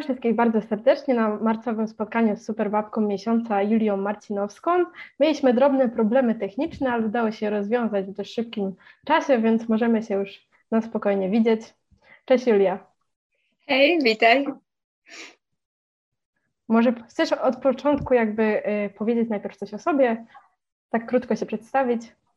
wszystkich bardzo serdecznie na marcowym spotkaniu z superbabką miesiąca Julią Marcinowską. Mieliśmy drobne problemy techniczne, ale udało się rozwiązać w dość szybkim czasie, więc możemy się już na spokojnie widzieć. Cześć Julia. Hej, witaj. Może chcesz od początku powiedzieć najpierw coś o sobie, tak krótko się przedstawić?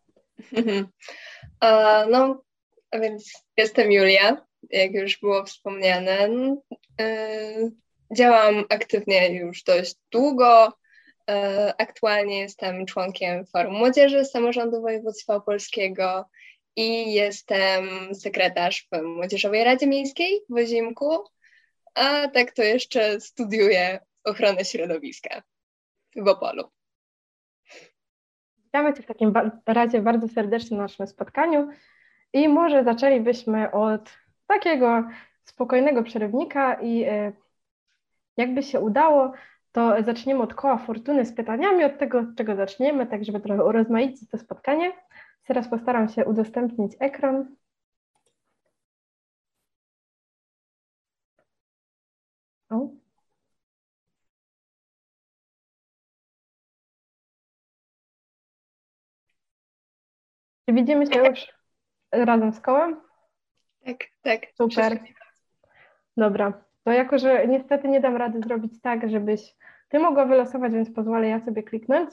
A więc jestem Julia, jak już było wspomniane. Działam aktywnie już dość długo. Aktualnie jestem członkiem Forum Młodzieży Samorządu Województwa Opolskiego i jestem sekretarz w Młodzieżowej Radzie Miejskiej w Ozimku, a tak to jeszcze studiuję ochronę środowiska w Opolu. Witamy Cię w takim razie bardzo serdecznie na naszym spotkaniu i może zaczęlibyśmy od takiego spokojnego przerywnika i jakby się udało, to zaczniemy od koła fortuny z pytaniami, od tego, od czego zaczniemy, tak żeby trochę urozmaicić to spotkanie. Teraz postaram się udostępnić ekran. O. Czy widzimy się już razem z kołem? Tak. Super. Dobra, to jako, że niestety nie dam rady zrobić tak, żebyś Ty mogła wylosować, więc pozwolę ja sobie kliknąć.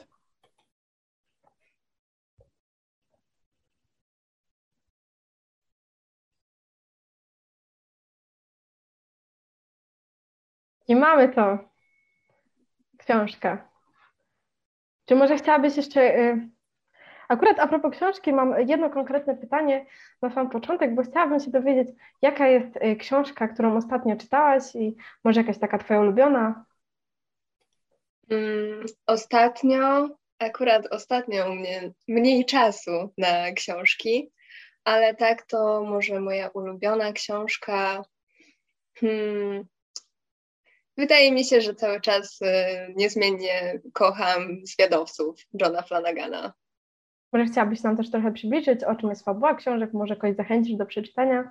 I mamy to. Książka. Czy może chciałabyś jeszcze... Akurat a propos książki mam jedno konkretne pytanie na sam początek, bo chciałabym się dowiedzieć, jaka jest książka, którą ostatnio czytałaś i może jakaś taka Twoja ulubiona? Ostatnio u mnie mniej czasu na książki, ale tak to może moja ulubiona książka. Wydaje mi się, że cały czas niezmiennie kocham Zwiadowców Johna Flanagana. Może chciałabyś nam też trochę przybliżyć, o czym jest fabuła książek, może kogoś zachęcić do przeczytania?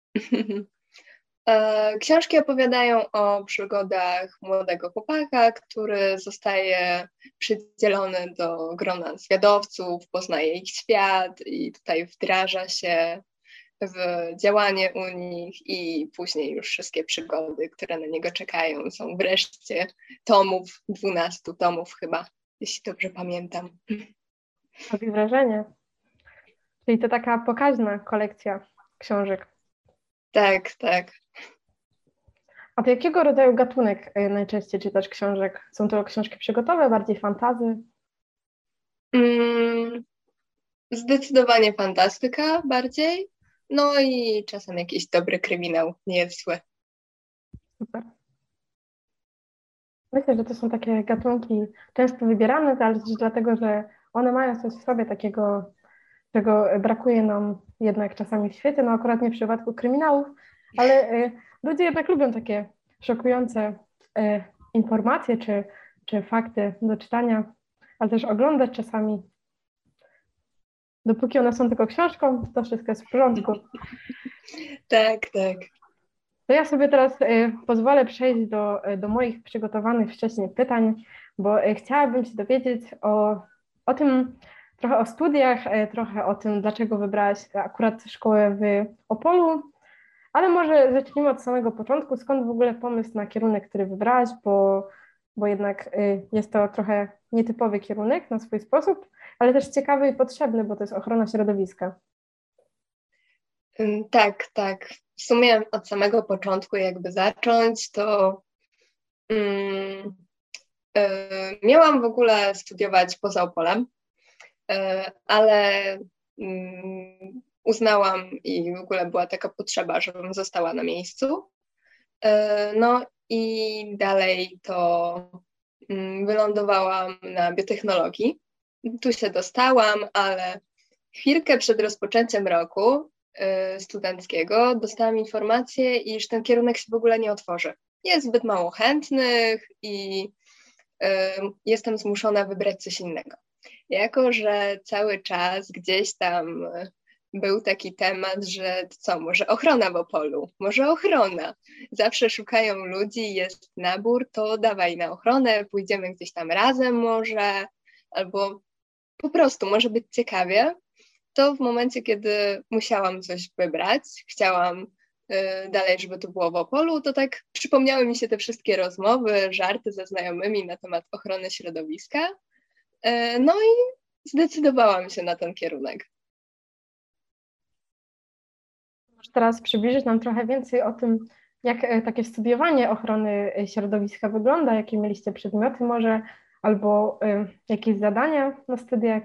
Książki opowiadają o przygodach młodego chłopaka, który zostaje przydzielony do grona zwiadowców, poznaje ich świat i tutaj wdraża się w działanie u nich i później już wszystkie przygody, które na niego czekają, są wreszcie 12 tomów chyba, jeśli dobrze pamiętam. Robi wrażenie. Czyli to taka pokaźna kolekcja książek. Tak. A to jakiego rodzaju gatunek najczęściej czytasz książek? Są to książki przygotowe, bardziej fantasy? Zdecydowanie fantastyka bardziej, no i czasem jakiś dobry kryminał, nie jest zły. Super. Myślę, że to są takie gatunki często wybierane, ale też dlatego, że one mają coś w sobie takiego, czego brakuje nam jednak czasami w świecie, no akurat nie w przypadku kryminałów, ale ludzie jednak lubią takie szokujące informacje czy fakty do czytania, ale też oglądać czasami. Dopóki one są tylko książką, to wszystko jest w porządku. Tak. To ja sobie teraz pozwolę przejść do moich przygotowanych wcześniej pytań, bo chciałabym się dowiedzieć o tym, trochę o studiach, trochę o tym, dlaczego wybrałaś akurat szkołę w Opolu, ale może zacznijmy od samego początku. Skąd w ogóle pomysł na kierunek, który wybrałaś, bo jednak jest to trochę nietypowy kierunek na swój sposób, ale też ciekawy i potrzebny, bo to jest ochrona środowiska. Tak. W sumie od samego początku jakby zacząć, to miałam w ogóle studiować poza Opolem, ale uznałam i w ogóle była taka potrzeba, żebym została na miejscu. No i dalej to wylądowałam na biotechnologii. Tu się dostałam, ale chwilkę przed rozpoczęciem roku studenckiego dostałam informację, iż ten kierunek się w ogóle nie otworzy. Jest zbyt mało chętnych i jestem zmuszona wybrać coś innego. Jako że cały czas gdzieś tam był taki temat, że co, może ochrona w Opolu, może ochrona. Zawsze szukają ludzi, jest nabór, to dawaj na ochronę, pójdziemy gdzieś tam razem może, albo po prostu może być ciekawie. To w momencie, kiedy musiałam coś wybrać, chciałam dalej, żeby to było w Opolu, to tak przypomniały mi się te wszystkie rozmowy, żarty ze znajomymi na temat ochrony środowiska. No i zdecydowałam się na ten kierunek. Może teraz przybliżyć nam trochę więcej o tym, jak takie studiowanie ochrony środowiska wygląda, jakie mieliście przedmioty może, albo jakieś zadania na studiach?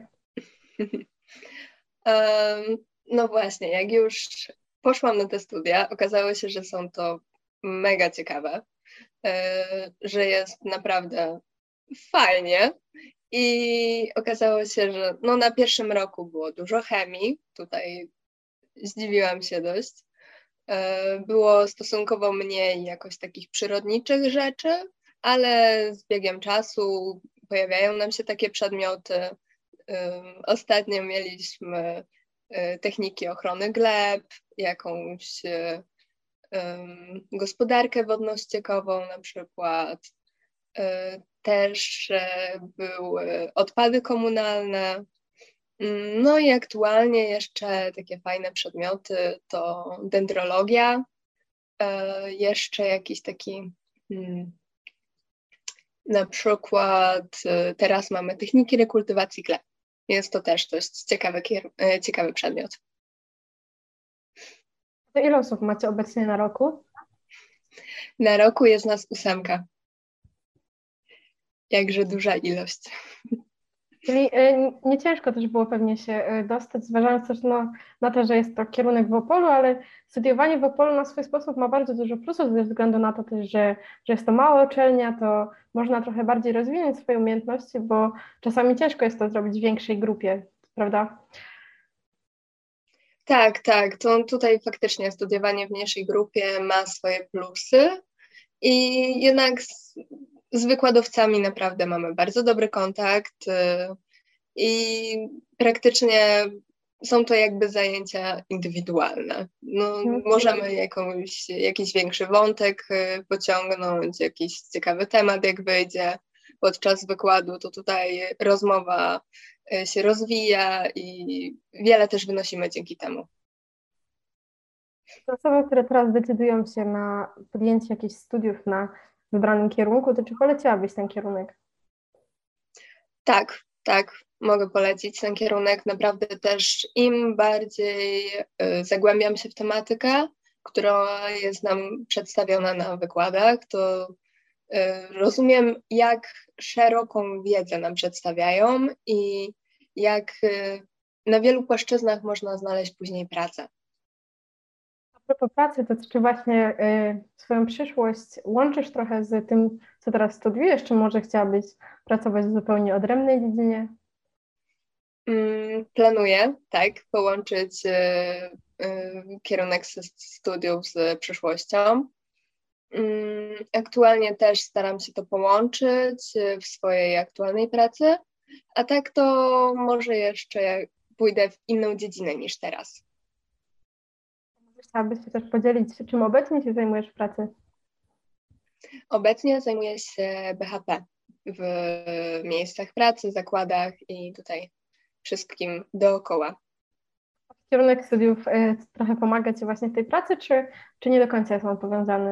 No właśnie, jak już poszłam na te studia, okazało się, że są to mega ciekawe, że jest naprawdę fajnie i okazało się, że no na pierwszym roku było dużo chemii, tutaj zdziwiłam się dość. Było stosunkowo mniej jakoś takich przyrodniczych rzeczy, ale z biegiem czasu pojawiają nam się takie przedmioty. Ostatnio mieliśmy techniki ochrony gleb, jakąś gospodarkę wodno-ściekową na przykład. Też były odpady komunalne. No i aktualnie jeszcze takie fajne przedmioty to dendrologia, jeszcze jakiś taki na przykład teraz mamy techniki rekultywacji gleb. Jest to też dość ciekawy przedmiot. To ile osób macie obecnie na roku? Na roku jest nas 8. Jakże duża ilość. Czyli nie ciężko też było pewnie się dostać, zważając też na to, że jest to kierunek w Opolu, ale studiowanie w Opolu na swój sposób ma bardzo dużo plusów ze względu na to też, że jest to mała uczelnia, to można trochę bardziej rozwinąć swoje umiejętności, bo czasami ciężko jest to zrobić w większej grupie, prawda? Tak, tak. To tutaj faktycznie studiowanie w mniejszej grupie ma swoje plusy i jednak z wykładowcami naprawdę mamy bardzo dobry kontakt i praktycznie są to jakby zajęcia indywidualne. No, możemy jakiś większy wątek pociągnąć, jakiś ciekawy temat jak wyjdzie podczas wykładu, to tutaj rozmowa się rozwija i wiele też wynosimy dzięki temu. Osoby, które teraz decydują się na podjęcie jakichś studiów na wybranym kierunku, to czy poleciłabyś ten kierunek? Tak, tak, mogę polecić ten kierunek. Naprawdę też im bardziej zagłębiam się w tematykę, która jest nam przedstawiona na wykładach, to rozumiem, jak szeroką wiedzę nam przedstawiają i jak na wielu płaszczyznach można znaleźć później pracę. A propos pracy, to czy właśnie swoją przyszłość łączysz trochę z tym, co teraz studiujesz, czy może chciałabyś pracować w zupełnie odrębnej dziedzinie? Planuję, tak, połączyć kierunek studiów z przyszłością. Aktualnie też staram się to połączyć w swojej aktualnej pracy, a tak to może jeszcze pójdę w inną dziedzinę niż teraz. Chciałabyś się też podzielić, czym obecnie się zajmujesz w pracy? Obecnie zajmuję się BHP w miejscach pracy, zakładach i tutaj wszystkim dookoła. Kierunek studiów trochę pomaga Ci właśnie w tej pracy, czy nie do końca jest on powiązany?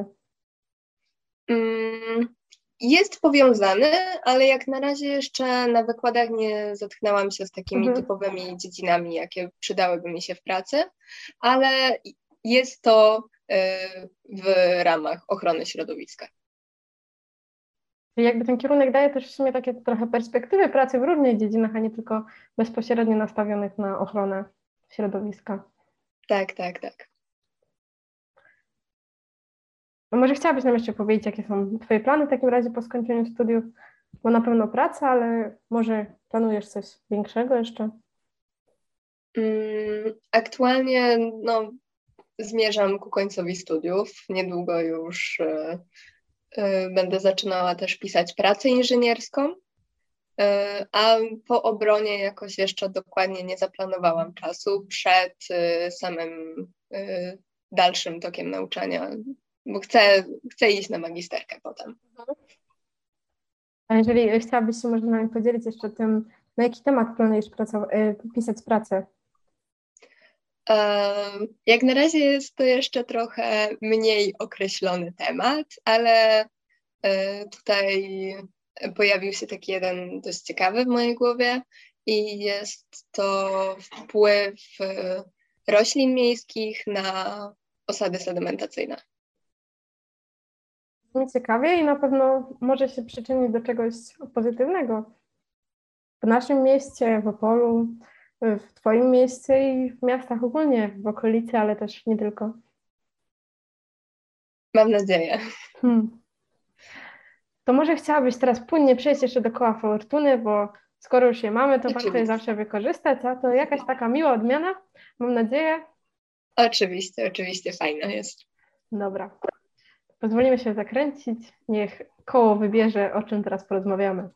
Jest powiązany, ale jak na razie jeszcze na wykładach nie zetknęłam się z takimi typowymi dziedzinami, jakie przydałyby mi się w pracy, ale jest to w ramach ochrony środowiska. Czyli jakby ten kierunek daje też w sumie takie trochę perspektywy pracy w różnych dziedzinach, a nie tylko bezpośrednio nastawionych na ochronę środowiska. Tak, tak, tak. No może chciałabyś nam jeszcze powiedzieć, jakie są Twoje plany w takim razie po skończeniu studiów? Bo na pewno praca, ale może planujesz coś większego jeszcze? Aktualnie zmierzam ku końcowi studiów. Niedługo już będę zaczynała też pisać pracę inżynierską. A po obronie jakoś jeszcze dokładnie nie zaplanowałam czasu przed samym dalszym tokiem nauczania, bo chcę iść na magisterkę potem. A jeżeli chciałabyś się może z nami podzielić jeszcze tym, na jaki temat planujesz pisać pracę? Jak na razie jest to jeszcze trochę mniej określony temat, ale tutaj pojawił się taki jeden dość ciekawy w mojej głowie i jest to wpływ roślin miejskich na osady sedymentacyjne. Ciekawie i na pewno może się przyczynić do czegoś pozytywnego. W naszym mieście, w Opolu, w Twoim mieście i w miastach ogólnie, w okolicy, ale też nie tylko. Mam nadzieję. To może chciałabyś teraz płynnie przejść jeszcze do koła fortuny, bo skoro już je mamy, to warto je zawsze wykorzystać, a to jakaś taka miła odmiana, mam nadzieję. Oczywiście, fajna jest. Dobra. Pozwolimy się zakręcić. Niech koło wybierze, o czym teraz porozmawiamy.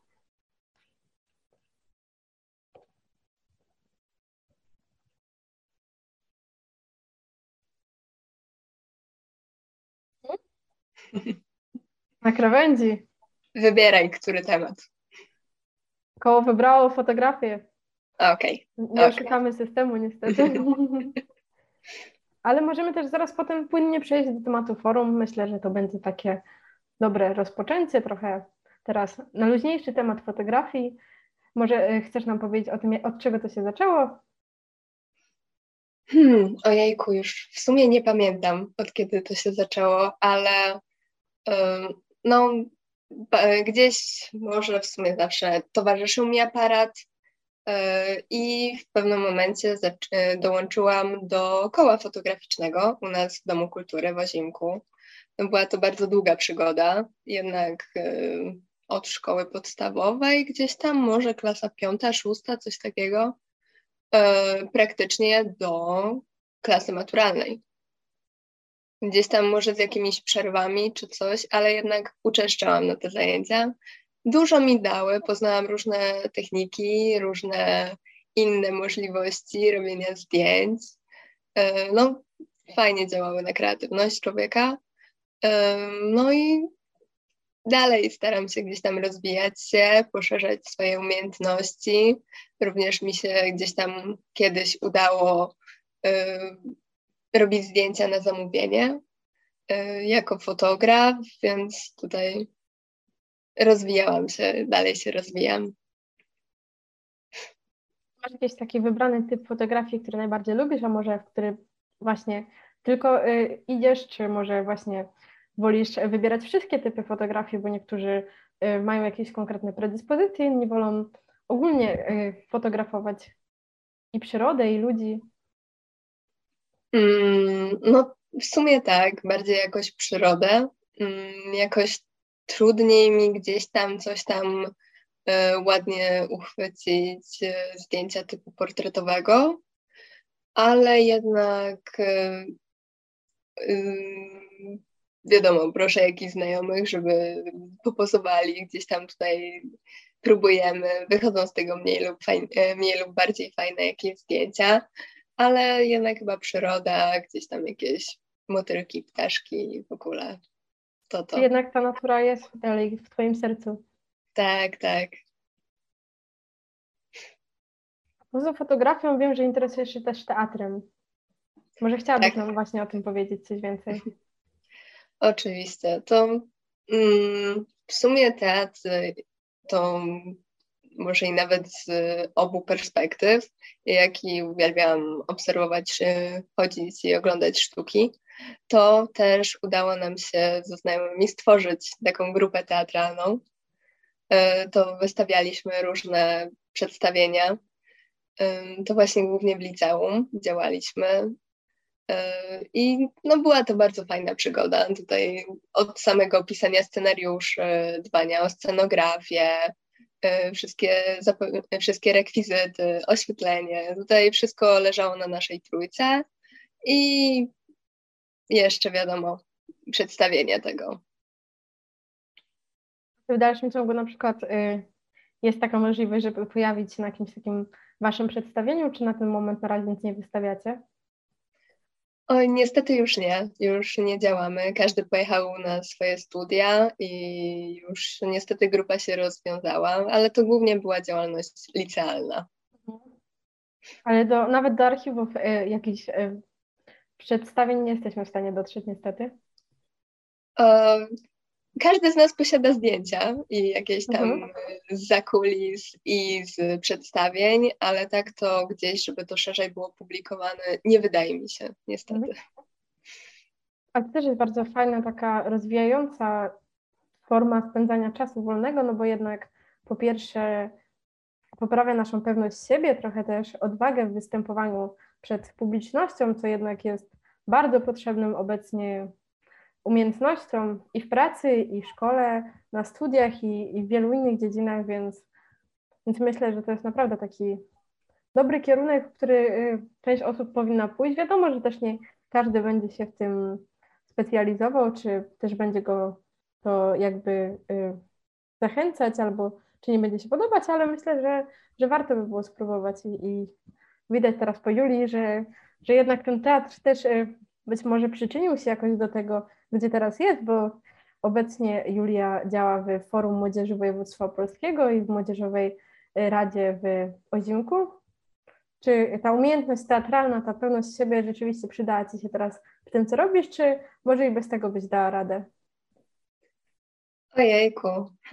Na krawędzi. Wybieraj, który temat. Koło wybrało fotografię. Okej. Nie oszukamy systemu, niestety. Ale możemy też zaraz potem płynnie przejść do tematu forum. Myślę, że to będzie takie dobre rozpoczęcie, trochę teraz na luźniejszy temat fotografii. Może chcesz nam powiedzieć o tym, od czego to się zaczęło? Ojejku, już w sumie nie pamiętam, od kiedy to się zaczęło, ale no gdzieś może w sumie zawsze towarzyszył mi aparat i w pewnym momencie dołączyłam do koła fotograficznego u nas w Domu Kultury w Ozimku. Była to bardzo długa przygoda, jednak od szkoły podstawowej, gdzieś tam może klasa 5., 6., coś takiego, praktycznie do klasy maturalnej. Gdzieś tam może z jakimiś przerwami czy coś, ale jednak uczęszczałam na te zajęcia. Dużo mi dały, poznałam różne techniki, różne inne możliwości robienia zdjęć. No, fajnie działały na kreatywność człowieka. No i dalej staram się gdzieś tam rozwijać się, poszerzać swoje umiejętności. Również mi się gdzieś tam kiedyś udało robić zdjęcia na zamówienie jako fotograf, więc tutaj rozwijałam się, dalej się rozwijam. Masz jakiś taki wybrany typ fotografii, który najbardziej lubisz, a może w który właśnie tylko idziesz, czy może właśnie wolisz wybierać wszystkie typy fotografii, bo niektórzy mają jakieś konkretne predyspozycje, inni wolą ogólnie fotografować i przyrodę, i ludzi. No w sumie tak, bardziej jakoś przyrodę. Jakoś trudniej mi gdzieś tam coś tam ładnie uchwycić zdjęcia typu portretowego, ale jednak wiadomo, proszę jakichś znajomych, żeby popozowali, gdzieś tam tutaj próbujemy, wychodzą z tego mniej lub bardziej fajne jakieś zdjęcia, ale jednak chyba przyroda, gdzieś tam jakieś motylki, ptaszki w ogóle. To. Jednak ta natura jest dalej w Twoim sercu. Tak. Poza fotografią wiem, że interesujesz się też teatrem. Może chciałabyś Tak. nam właśnie o tym powiedzieć coś więcej? Oczywiście. To w sumie teatr to może i nawet z obu perspektyw, jak i uwielbiam obserwować, chodzić i oglądać sztuki, to też udało nam się ze znajomymi stworzyć taką grupę teatralną. To wystawialiśmy różne przedstawienia. To właśnie głównie w liceum działaliśmy. I no była to bardzo fajna przygoda. Tutaj od samego pisania scenariuszy, dbania o scenografię, wszystkie rekwizyty, oświetlenie. Tutaj wszystko leżało na naszej trójce i jeszcze wiadomo, przedstawienie tego. W dalszym ciągu na przykład jest taka możliwość, żeby pojawić się na jakimś takim waszym przedstawieniu, czy na ten moment na razie nic nie wystawiacie? Oj, niestety już nie działamy. Każdy pojechał na swoje studia i już niestety grupa się rozwiązała, ale to głównie była działalność licealna. Ale nawet do archiwów jakichś przedstawień nie jesteśmy w stanie dotrzeć niestety. E, Każdy z nas posiada zdjęcia i jakieś tam Mhm. z zakulis i z przedstawień, ale tak to gdzieś, żeby to szerzej było publikowane, nie wydaje mi się, niestety. Ale to też jest bardzo fajna, taka rozwijająca forma spędzania czasu wolnego, no bo jednak po pierwsze poprawia naszą pewność siebie, trochę też odwagę w występowaniu przed publicznością, co jednak jest bardzo potrzebnym obecnie umiejętnością i w pracy, i w szkole, na studiach, i w wielu innych dziedzinach, więc myślę, że to jest naprawdę taki dobry kierunek, w który część osób powinna pójść. Wiadomo, że też nie każdy będzie się w tym specjalizował, czy też będzie go to jakby zachęcać, albo czy nie będzie się podobać, ale myślę, że warto by było spróbować i widać teraz po Julii, że jednak ten teatr też być może przyczynił się jakoś do tego, gdzie teraz jest, bo obecnie Julia działa w Forum Młodzieży Województwa Opolskiego i w Młodzieżowej Radzie w Ozimku. Czy ta umiejętność teatralna, ta pewność siebie rzeczywiście przydała Ci się teraz w tym, co robisz, czy może i bez tego byś dała radę? Ojejku.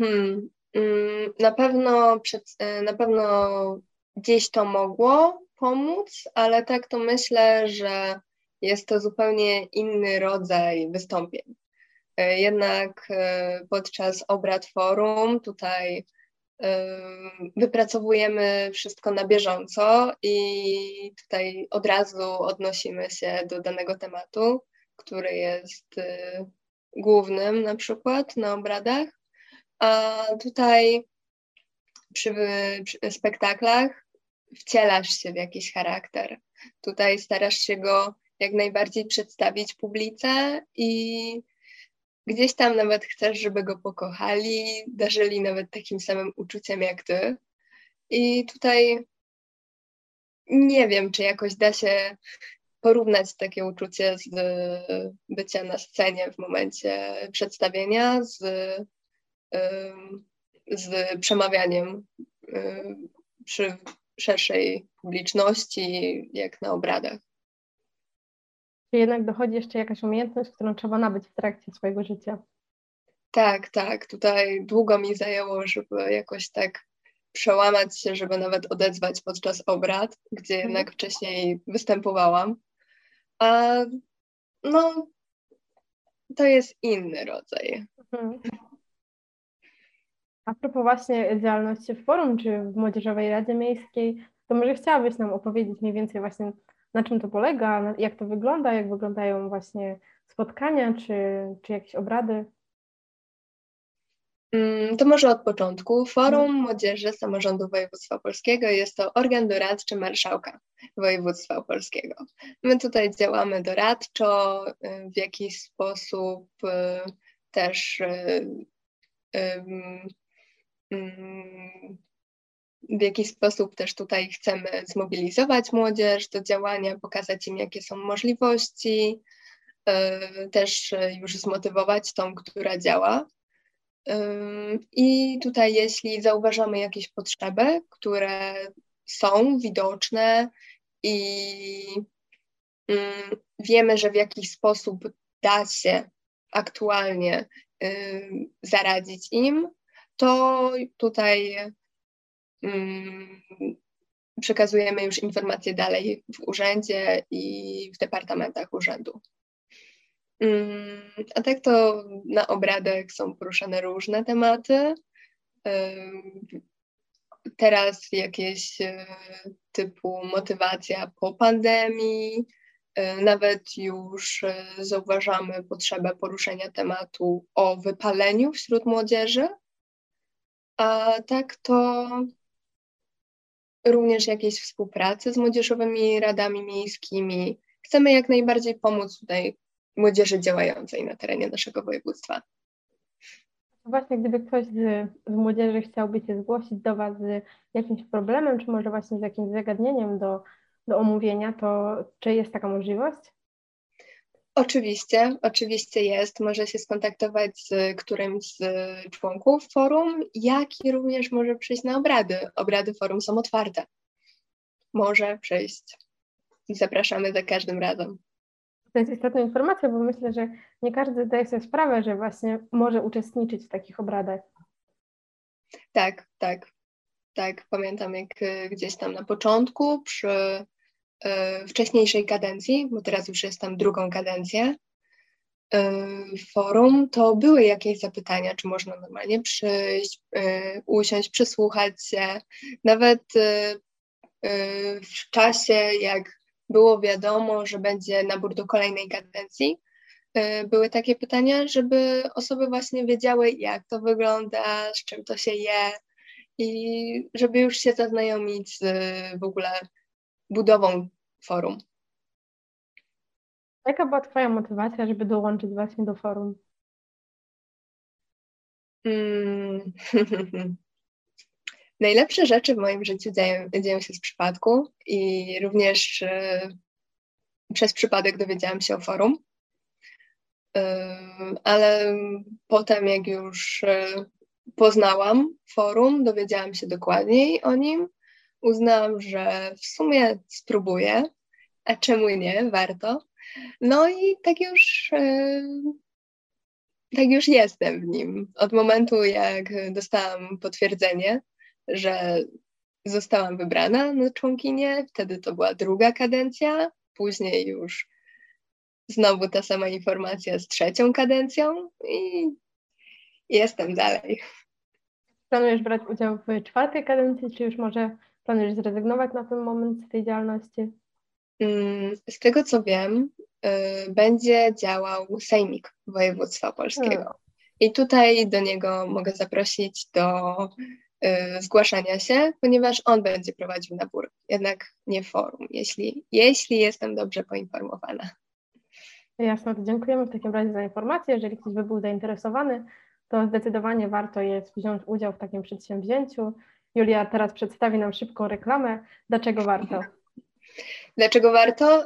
Na pewno gdzieś to mogło pomóc, ale tak to myślę, że jest to zupełnie inny rodzaj wystąpień. Jednak podczas obrad forum tutaj wypracowujemy wszystko na bieżąco i tutaj od razu odnosimy się do danego tematu, który jest głównym na przykład na obradach, a tutaj przy spektaklach wcielasz się w jakiś charakter. Tutaj starasz się go jak najbardziej przedstawić publice i gdzieś tam nawet chcesz, żeby go pokochali, darzyli nawet takim samym uczuciem jak ty. I tutaj nie wiem, czy jakoś da się porównać takie uczucie z bycia na scenie w momencie przedstawienia z przemawianiem przy szerszej publiczności, jak na obradach. Czy jednak dochodzi jeszcze jakaś umiejętność, którą trzeba nabyć w trakcie swojego życia? Tak, tak. Tutaj długo mi zajęło, żeby jakoś tak przełamać się, żeby nawet odezwać podczas obrad, gdzie jednak wcześniej występowałam. A no, to jest inny rodzaj. Mhm. A propos właśnie działalności w forum czy w Młodzieżowej Radzie Miejskiej, to może chciałabyś nam opowiedzieć mniej więcej właśnie na czym to polega, jak to wygląda, jak wyglądają właśnie spotkania czy jakieś obrady? To może od początku. Forum Młodzieży Samorządu Województwa Opolskiego jest to organ doradczy marszałka województwa opolskiego. My tutaj działamy doradczo, w jakiś sposób też w jakiś sposób też tutaj chcemy zmobilizować młodzież do działania, pokazać im, jakie są możliwości, też już zmotywować tą, która działa. I tutaj, jeśli zauważamy jakieś potrzeby, które są widoczne i wiemy, że w jakiś sposób da się aktualnie zaradzić im, to tutaj przekazujemy już informacje dalej w urzędzie i w departamentach urzędu. A tak to na obradach są poruszane różne tematy. Teraz jakieś typu motywacja po pandemii, nawet już zauważamy potrzebę poruszenia tematu o wypaleniu wśród młodzieży. A tak to również jakieś współpracy z młodzieżowymi radami miejskimi. Chcemy jak najbardziej pomóc tutaj młodzieży działającej na terenie naszego województwa. Właśnie gdyby ktoś z młodzieży chciałby się zgłosić do Was z jakimś problemem, czy może właśnie z jakimś zagadnieniem do omówienia, to czy jest taka możliwość? Oczywiście jest. Może się skontaktować z którymś z członków forum, jak i również może przyjść na obrady. Obrady forum są otwarte. Może przyjść. Zapraszamy za każdym razem. To jest istotna informacja, bo myślę, że nie każdy zdaje sobie sprawę, że właśnie może uczestniczyć w takich obradach. Tak. Pamiętam, jak gdzieś tam na początku, przy wcześniejszej kadencji, bo teraz już jestem drugą kadencję forum, to były jakieś zapytania, czy można normalnie przyjść, usiąść, przysłuchać się. Nawet w czasie, jak było wiadomo, że będzie nabór do kolejnej kadencji, były takie pytania, żeby osoby właśnie wiedziały, jak to wygląda, z czym to się je i żeby już się zaznajomić z w ogóle budową forum. Jaka była Twoja motywacja, żeby dołączyć właśnie do forum? Najlepsze rzeczy w moim życiu dzieją się z przypadku i również przez przypadek dowiedziałam się o forum. Ale potem, jak już poznałam forum, dowiedziałam się dokładniej o nim, uznałam, że w sumie spróbuję, a czemu nie, warto. No i tak już jestem w nim. Od momentu, jak dostałam potwierdzenie, że zostałam wybrana na członkinię, wtedy to była druga kadencja, później już znowu ta sama informacja z trzecią kadencją i jestem dalej. Planujesz brać udział w czwartej kadencji, czy już może planujesz zrezygnować na ten moment z tej działalności? Z tego co wiem, będzie działał Sejmik Województwa Opolskiego. I tutaj do niego mogę zaprosić do zgłaszania się, ponieważ on będzie prowadził nabór, jednak nie forum, jeśli jestem dobrze poinformowana. Jasno, to dziękujemy w takim razie za informację. Jeżeli ktoś by był zainteresowany, to zdecydowanie warto jest wziąć udział w takim przedsięwzięciu. Julia teraz przedstawi nam szybką reklamę. Dlaczego warto? Dlaczego warto?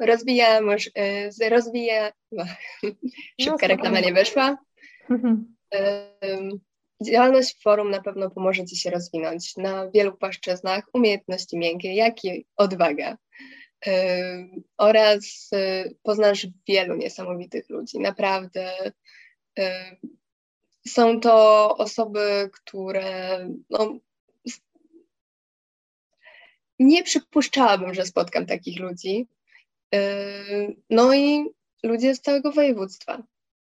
Szybka reklama nie weszła. Działalność forum na pewno pomoże Ci się rozwinąć na wielu płaszczyznach, umiejętności miękkie, jak i odwaga. Oraz poznasz wielu niesamowitych ludzi. Naprawdę są to osoby, które nie przypuszczałabym, że spotkam takich ludzi. No i ludzie z całego województwa.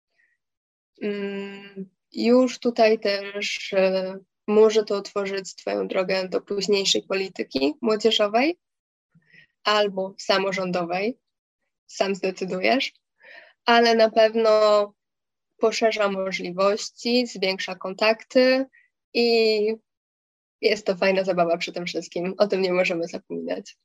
Już tutaj też może to otworzyć Twoją drogę do późniejszej polityki młodzieżowej albo samorządowej. Sam zdecydujesz, ale na pewno poszerza możliwości, zwiększa kontakty i jest to fajna zabawa przy tym wszystkim. O tym nie możemy zapominać.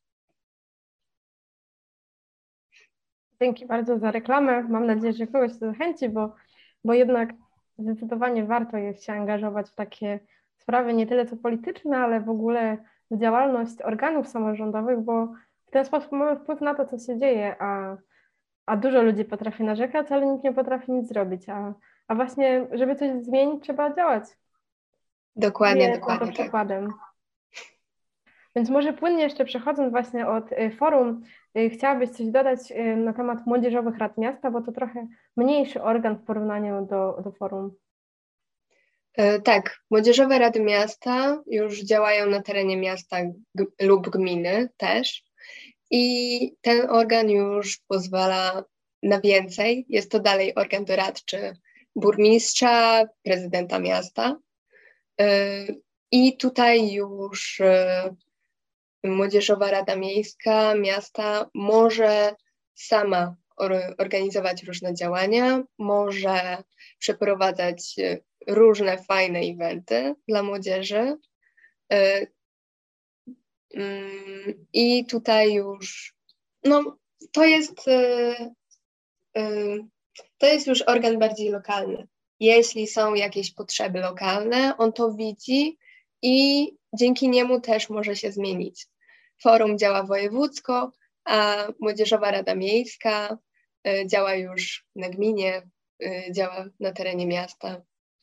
Dzięki bardzo za reklamę. Mam nadzieję, że kogoś to zachęci, bo jednak zdecydowanie warto jest się angażować w takie sprawy nie tyle co polityczne, ale w ogóle w działalność organów samorządowych, bo w ten sposób mamy wpływ na to, co się dzieje, a dużo ludzi potrafi narzekać, ale nikt nie potrafi nic zrobić, a właśnie, żeby coś zmienić, trzeba działać. Dokładnie to tak. przykładem. Więc może płynnie jeszcze przechodząc właśnie od forum, chciałabyś coś dodać na temat młodzieżowych rad miasta, bo to trochę mniejszy organ w porównaniu do forum. Tak, młodzieżowe rady miasta już działają na terenie miasta lub gminy też i ten organ już pozwala na więcej. Jest to dalej organ doradczy burmistrza, prezydenta miasta i tutaj już Młodzieżowa Rada Miejska miasta może sama organizować różne działania, może przeprowadzać różne fajne eventy dla młodzieży. I tutaj już, to jest już organ bardziej lokalny. jeśli są jakieś potrzeby lokalne, on to widzi i dzięki niemu też może się zmienić. Forum działa wojewódzko, a Młodzieżowa Rada Miejska działa już na gminie, działa na terenie miasta.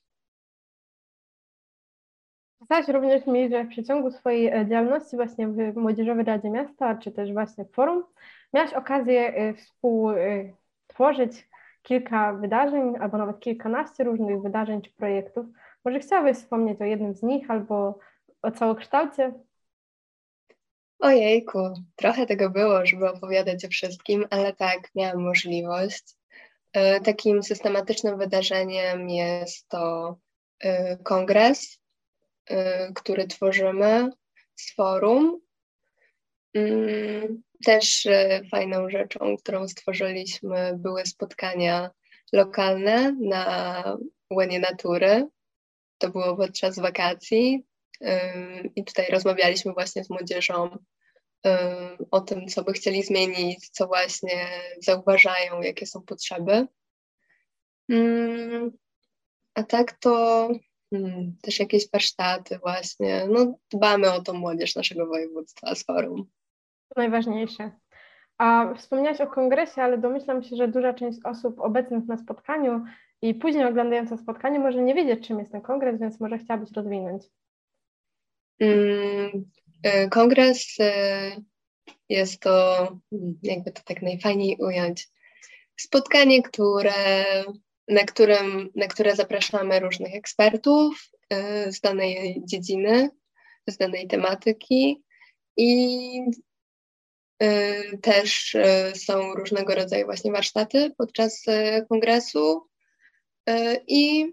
Pisałaś również mi, że w przeciągu swojej działalności właśnie w Młodzieżowej Radzie Miasta, czy też właśnie w forum, miałaś okazję współtworzyć kilka wydarzeń, albo nawet kilkanaście różnych wydarzeń czy projektów. Może chciałabyś wspomnieć o jednym z nich, albo o całokształcie? Ojejku, trochę tego było, żeby opowiadać o wszystkim, ale tak, miałam możliwość. Takim systematycznym wydarzeniem jest to kongres, który tworzymy z forum. Też fajną rzeczą, którą stworzyliśmy, były spotkania lokalne na łonie natury. To było podczas wakacji i tutaj rozmawialiśmy właśnie z młodzieżą o tym, co by chcieli zmienić, co właśnie zauważają, jakie są potrzeby. A tak to też jakieś warsztaty właśnie. No, dbamy o tą młodzież naszego województwa z forum. To najważniejsze. A wspomniałaś o kongresie, ale domyślam się, że duża część osób obecnych na spotkaniu i później oglądająca spotkanie może nie wiedzieć, czym jest ten kongres, więc może chciałabyś rozwinąć. Kongres jest to, jakby to tak najfajniej ująć, spotkanie, na które zapraszamy różnych ekspertów z danej dziedziny, z danej tematyki i też są różnego rodzaju właśnie warsztaty podczas kongresu i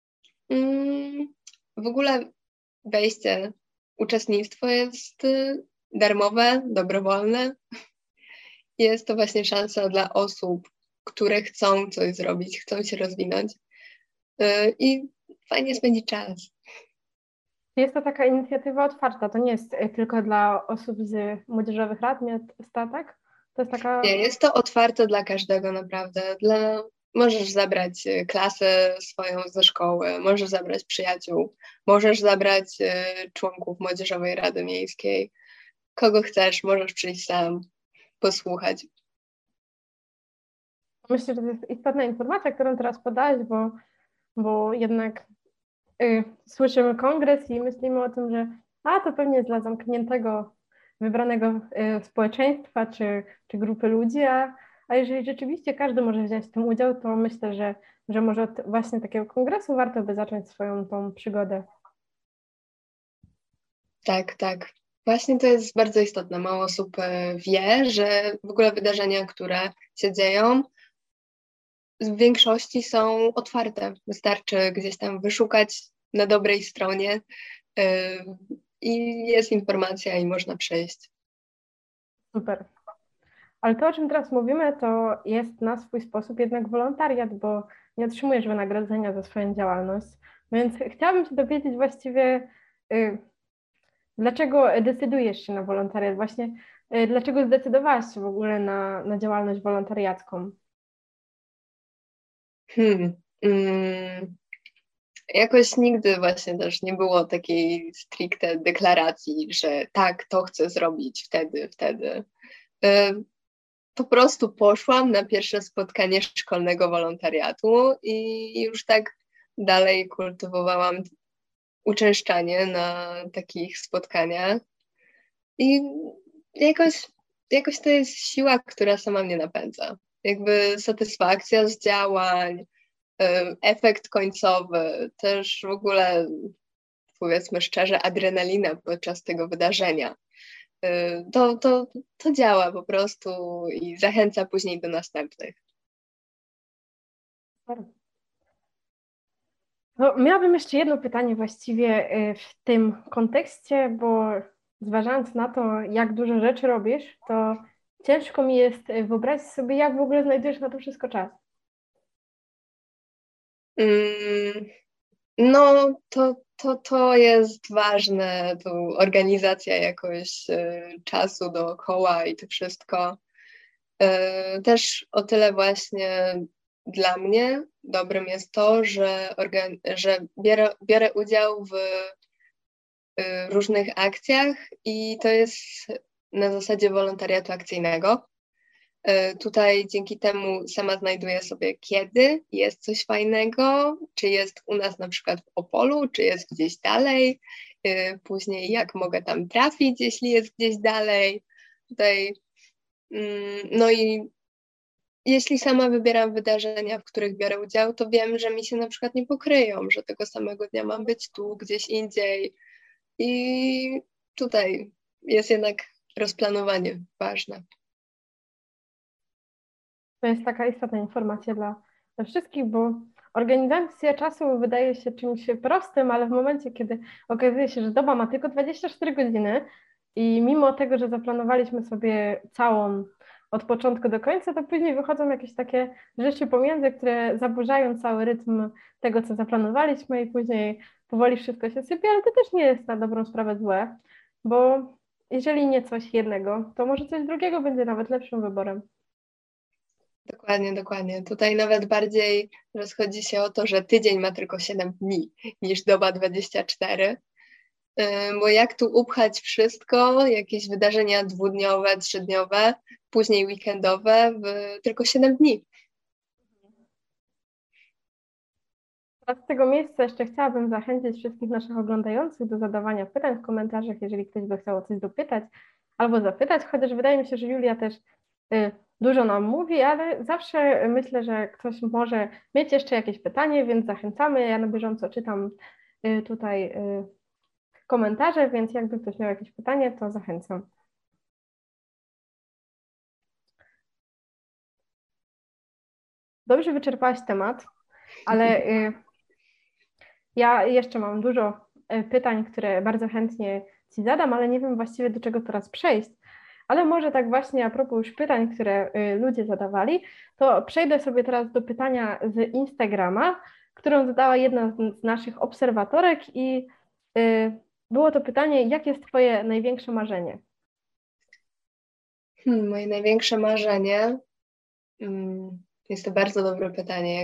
w ogóle wejście, uczestnictwo jest darmowe, dobrowolne. Jest to właśnie szansa dla osób, które chcą coś zrobić, chcą się rozwinąć i fajnie spędzić czas. Jest to taka inicjatywa otwarta, to nie jest tylko dla osób z młodzieżowych rad miasta, tak? To jest taka... Nie, jest to otwarte dla każdego naprawdę. Możesz zabrać klasę swoją ze szkoły, możesz zabrać przyjaciół, możesz zabrać członków Młodzieżowej Rady Miejskiej. Kogo chcesz, możesz przyjść sam, posłuchać. Myślę, że to jest istotna informacja, którą teraz podałeś, bo jednak słyszymy kongres i myślimy o tym, że to pewnie jest dla zamkniętego, wybranego społeczeństwa czy grupy ludzi, a jeżeli rzeczywiście każdy może wziąć w tym udział, to myślę, że może od właśnie takiego kongresu warto by zacząć swoją tą przygodę. Tak, tak. Właśnie to jest bardzo istotne. Mało osób wie, że w ogóle wydarzenia, które się dzieją, w większości są otwarte. Wystarczy gdzieś tam wyszukać na dobrej stronie i jest informacja i można przejść. Super. Ale to, o czym teraz mówimy, to jest na swój sposób jednak wolontariat, bo nie otrzymujesz wynagrodzenia za swoją działalność. Więc chciałabym się dowiedzieć właściwie, dlaczego decydujesz się na wolontariat? Właśnie dlaczego zdecydowałaś się w ogóle na działalność wolontariacką? Jakoś nigdy właśnie też nie było takiej stricte deklaracji, że tak, to chcę zrobić wtedy. Po prostu poszłam na pierwsze spotkanie szkolnego wolontariatu i już tak dalej kultywowałam uczęszczanie na takich spotkaniach. I jakoś to jest siła, która sama mnie napędza. Jakby satysfakcja z działań, efekt końcowy, też w ogóle, powiedzmy szczerze, adrenalina podczas tego wydarzenia. To działa po prostu i zachęca później do następnych. No, miałabym jeszcze jedno pytanie właściwie w tym kontekście, bo zważając na to, jak dużo rzeczy robisz, to ciężko mi jest wyobrazić sobie, jak w ogóle znajdujesz na to wszystko czas. No, to jest ważne, tu organizacja jakoś czasu dookoła i to wszystko. Też o tyle właśnie dla mnie dobrym jest to, że biorę udział w różnych akcjach i to jest na zasadzie wolontariatu akcyjnego. Tutaj dzięki temu sama znajduję sobie, kiedy jest coś fajnego, czy jest u nas na przykład w Opolu, czy jest gdzieś dalej, później jak mogę tam trafić, jeśli jest gdzieś dalej. Tutaj, no i jeśli sama wybieram wydarzenia, w których biorę udział, to wiem, że mi się na przykład nie pokryją, że tego samego dnia mam być tu, gdzieś indziej. I tutaj jest jednak rozplanowanie ważne. To jest taka istotna informacja dla wszystkich, bo organizacja czasu wydaje się czymś prostym, ale w momencie, kiedy okazuje się, że doba ma tylko 24 godziny i mimo tego, że zaplanowaliśmy sobie całą od początku do końca, to później wychodzą jakieś takie rzeczy pomiędzy, które zaburzają cały rytm tego, co zaplanowaliśmy i później powoli wszystko się sypie, ale to też nie jest na dobrą sprawę złe, bo jeżeli nie coś jednego, to może coś drugiego będzie nawet lepszym wyborem. Dokładnie, dokładnie. Tutaj nawet bardziej rozchodzi się o to, że tydzień ma tylko 7 dni niż doba 24. Bo jak tu upchać wszystko, jakieś wydarzenia dwudniowe, trzydniowe, później weekendowe w tylko 7 dni. Z tego miejsca jeszcze chciałabym zachęcić wszystkich naszych oglądających do zadawania pytań w komentarzach, jeżeli ktoś by chciał o coś dopytać albo zapytać, chociaż wydaje mi się, że Julia też dużo nam mówi, ale zawsze myślę, że ktoś może mieć jeszcze jakieś pytanie, więc zachęcamy. Ja na bieżąco czytam tutaj komentarze, więc jakby ktoś miał jakieś pytanie, to zachęcam. Dobrze wyczerpałaś temat, ale ja jeszcze mam dużo pytań, które bardzo chętnie Ci zadam, ale nie wiem właściwie do czego teraz przejść. Ale może tak właśnie a propos już pytań, które ludzie zadawali, to przejdę sobie teraz do pytania z Instagrama, którą zadała jedna z naszych obserwatorek i było to pytanie, jakie jest Twoje największe marzenie? Moje największe marzenie, jest to bardzo dobre pytanie.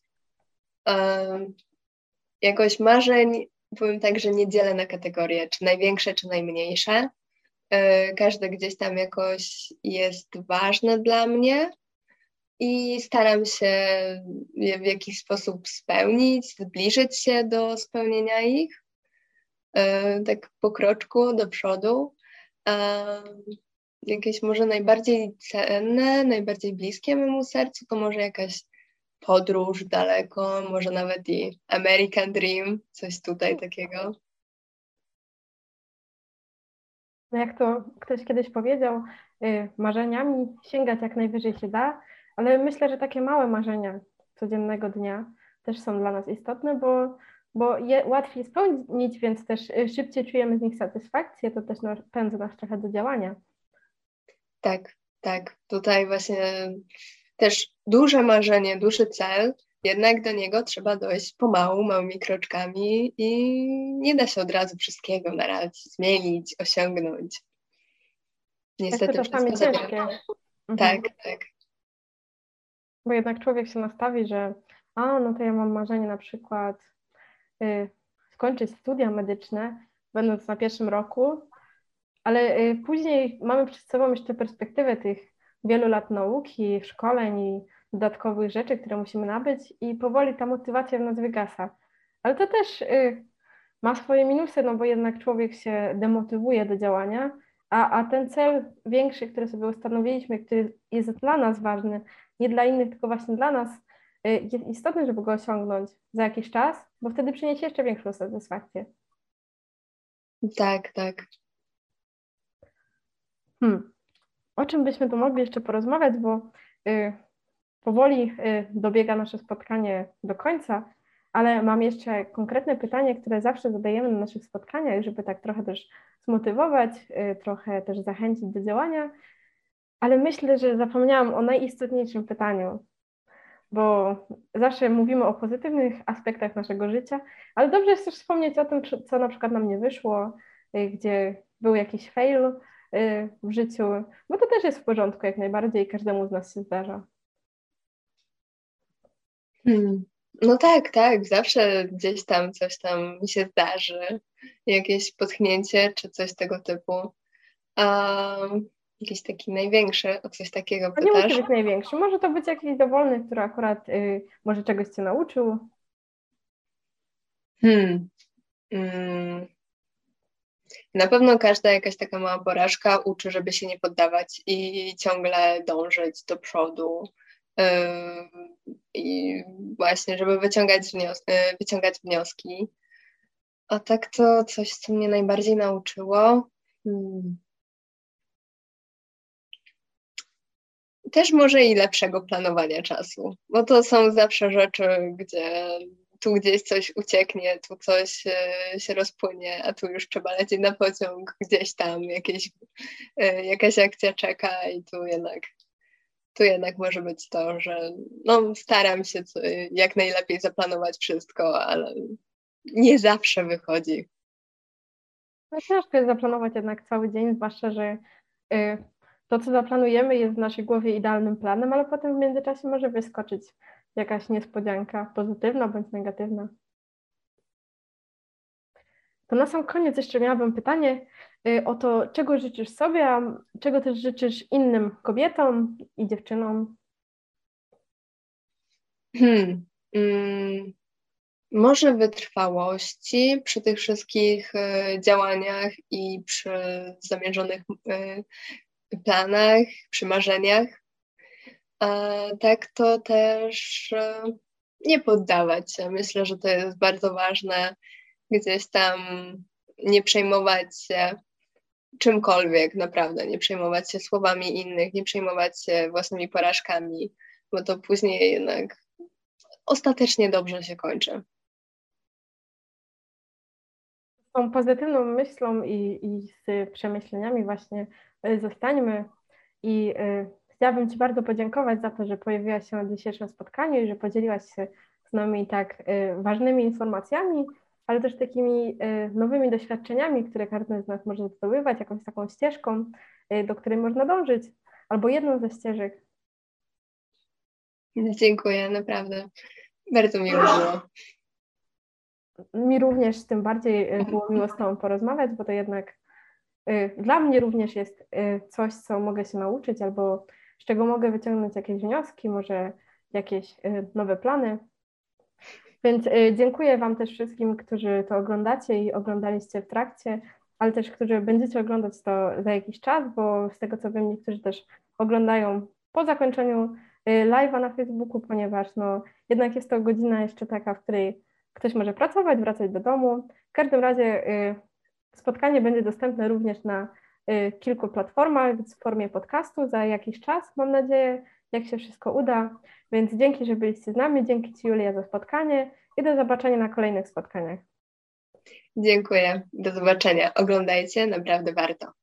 Jakoś marzeń, powiem tak, że nie dzielę na kategorie, czy największe, czy najmniejsze. Każde gdzieś tam jakoś jest ważne dla mnie i staram się je w jakiś sposób spełnić, zbliżyć się do spełnienia ich, tak po kroczku do przodu. Jakieś może najbardziej cenne, najbardziej bliskie memu sercu, to może jakaś podróż daleko, może nawet i American Dream, coś tutaj takiego. No jak to ktoś kiedyś powiedział, marzeniami sięgać jak najwyżej się da, ale myślę, że takie małe marzenia codziennego dnia też są dla nas istotne, bo je łatwiej spełnić, więc też szybciej czujemy z nich satysfakcję, to też pędzi nas trochę do działania. Tak, tak. Tutaj właśnie też duże marzenie, duży cel, jednak do niego trzeba dojść pomału, małymi kroczkami i nie da się od razu wszystkiego na raz zmienić, osiągnąć. Niestety Jest to czasami wszystko ciężkie. Tak, tak. Bo jednak człowiek się nastawi, że no to ja mam marzenie na przykład skończyć studia medyczne, będąc na pierwszym roku, ale później mamy przed sobą jeszcze perspektywę tych wielu lat nauki, szkoleń i dodatkowych rzeczy, które musimy nabyć i powoli ta motywacja w nas wygasa. Ale to też ma swoje minusy, no bo jednak człowiek się demotywuje do działania, a ten cel większy, który sobie ustanowiliśmy, który jest dla nas ważny, nie dla innych, tylko właśnie dla nas, jest istotny, żeby go osiągnąć za jakiś czas, bo wtedy przyniesie jeszcze większą satysfakcję. Tak, tak. O czym byśmy tu mogli jeszcze porozmawiać, bo powoli dobiega nasze spotkanie do końca, ale mam jeszcze konkretne pytanie, które zawsze zadajemy na naszych spotkaniach, żeby tak trochę też zmotywować, trochę też zachęcić do działania, ale myślę, że zapomniałam o najistotniejszym pytaniu, bo zawsze mówimy o pozytywnych aspektach naszego życia, ale dobrze jest też wspomnieć o tym, co na przykład nam nie wyszło, gdzie był jakiś fail w życiu, bo to też jest w porządku jak najbardziej, każdemu z nas się zdarza. No tak, tak, zawsze gdzieś tam coś tam mi się zdarzy, jakieś potknięcie czy coś tego typu. A jakiś taki największy, o coś takiego To nie musi pytasz? być największy, może to być jakiś dowolny, który akurat może czegoś cię nauczył. Hmm. Mm. Na pewno każda jakaś taka mała porażka uczy, żeby się nie poddawać i ciągle dążyć do przodu. I właśnie, żeby wyciągać wnioski. A tak to coś, co mnie najbardziej nauczyło. Hmm. Też może i lepszego planowania czasu, bo to są zawsze rzeczy, gdzie tu gdzieś coś ucieknie, tu coś się rozpłynie, a tu już trzeba lecieć na pociąg, gdzieś tam jakaś akcja czeka i tu jednak może być to, że no, staram się jak najlepiej zaplanować wszystko, ale nie zawsze wychodzi. No ciężko jest zaplanować jednak cały dzień, zwłaszcza, że y, to, co zaplanujemy, jest w naszej głowie idealnym planem, ale potem w międzyczasie może wyskoczyć jakaś niespodzianka, pozytywna bądź negatywna. To na sam koniec jeszcze miałabym pytanie o to, czego życzysz sobie, a czego też życzysz innym kobietom i dziewczynom? Hmm. Może wytrwałości przy tych wszystkich działaniach i przy zamierzonych planach, przy marzeniach. A tak to też nie poddawać się. Myślę, że to jest bardzo ważne. Gdzieś tam nie przejmować się czymkolwiek, naprawdę. Nie przejmować się słowami innych, nie przejmować się własnymi porażkami, bo to później jednak ostatecznie dobrze się kończy. Z tą pozytywną myślą i z przemyśleniami właśnie zostańmy i chciałabym Ci bardzo podziękować za to, że pojawiłaś się na dzisiejszym spotkaniu i że podzieliłaś się z nami tak ważnymi informacjami, ale też takimi nowymi doświadczeniami, które każdy z nas może zdobywać, jakąś taką ścieżką, do której można dążyć, albo jedną ze ścieżek. Dziękuję, naprawdę. Bardzo miło było. Mi również tym bardziej było miło z Tobą porozmawiać, bo to jednak dla mnie również jest coś, co mogę się nauczyć albo z czego mogę wyciągnąć jakieś wnioski, może jakieś nowe plany. Więc dziękuję Wam też wszystkim, którzy to oglądacie i oglądaliście w trakcie, ale też, którzy będziecie oglądać to za jakiś czas, bo z tego co wiem, niektórzy też oglądają po zakończeniu live'a na Facebooku, ponieważ no, jednak jest to godzina jeszcze taka, w której ktoś może pracować, wracać do domu. W każdym razie spotkanie będzie dostępne również na kilku platformach w formie podcastu za jakiś czas, mam nadzieję, jak się wszystko uda. Więc dzięki, że byliście z nami, dzięki Ci, Julia, za spotkanie i do zobaczenia na kolejnych spotkaniach. Dziękuję. Do zobaczenia. Oglądajcie, naprawdę warto.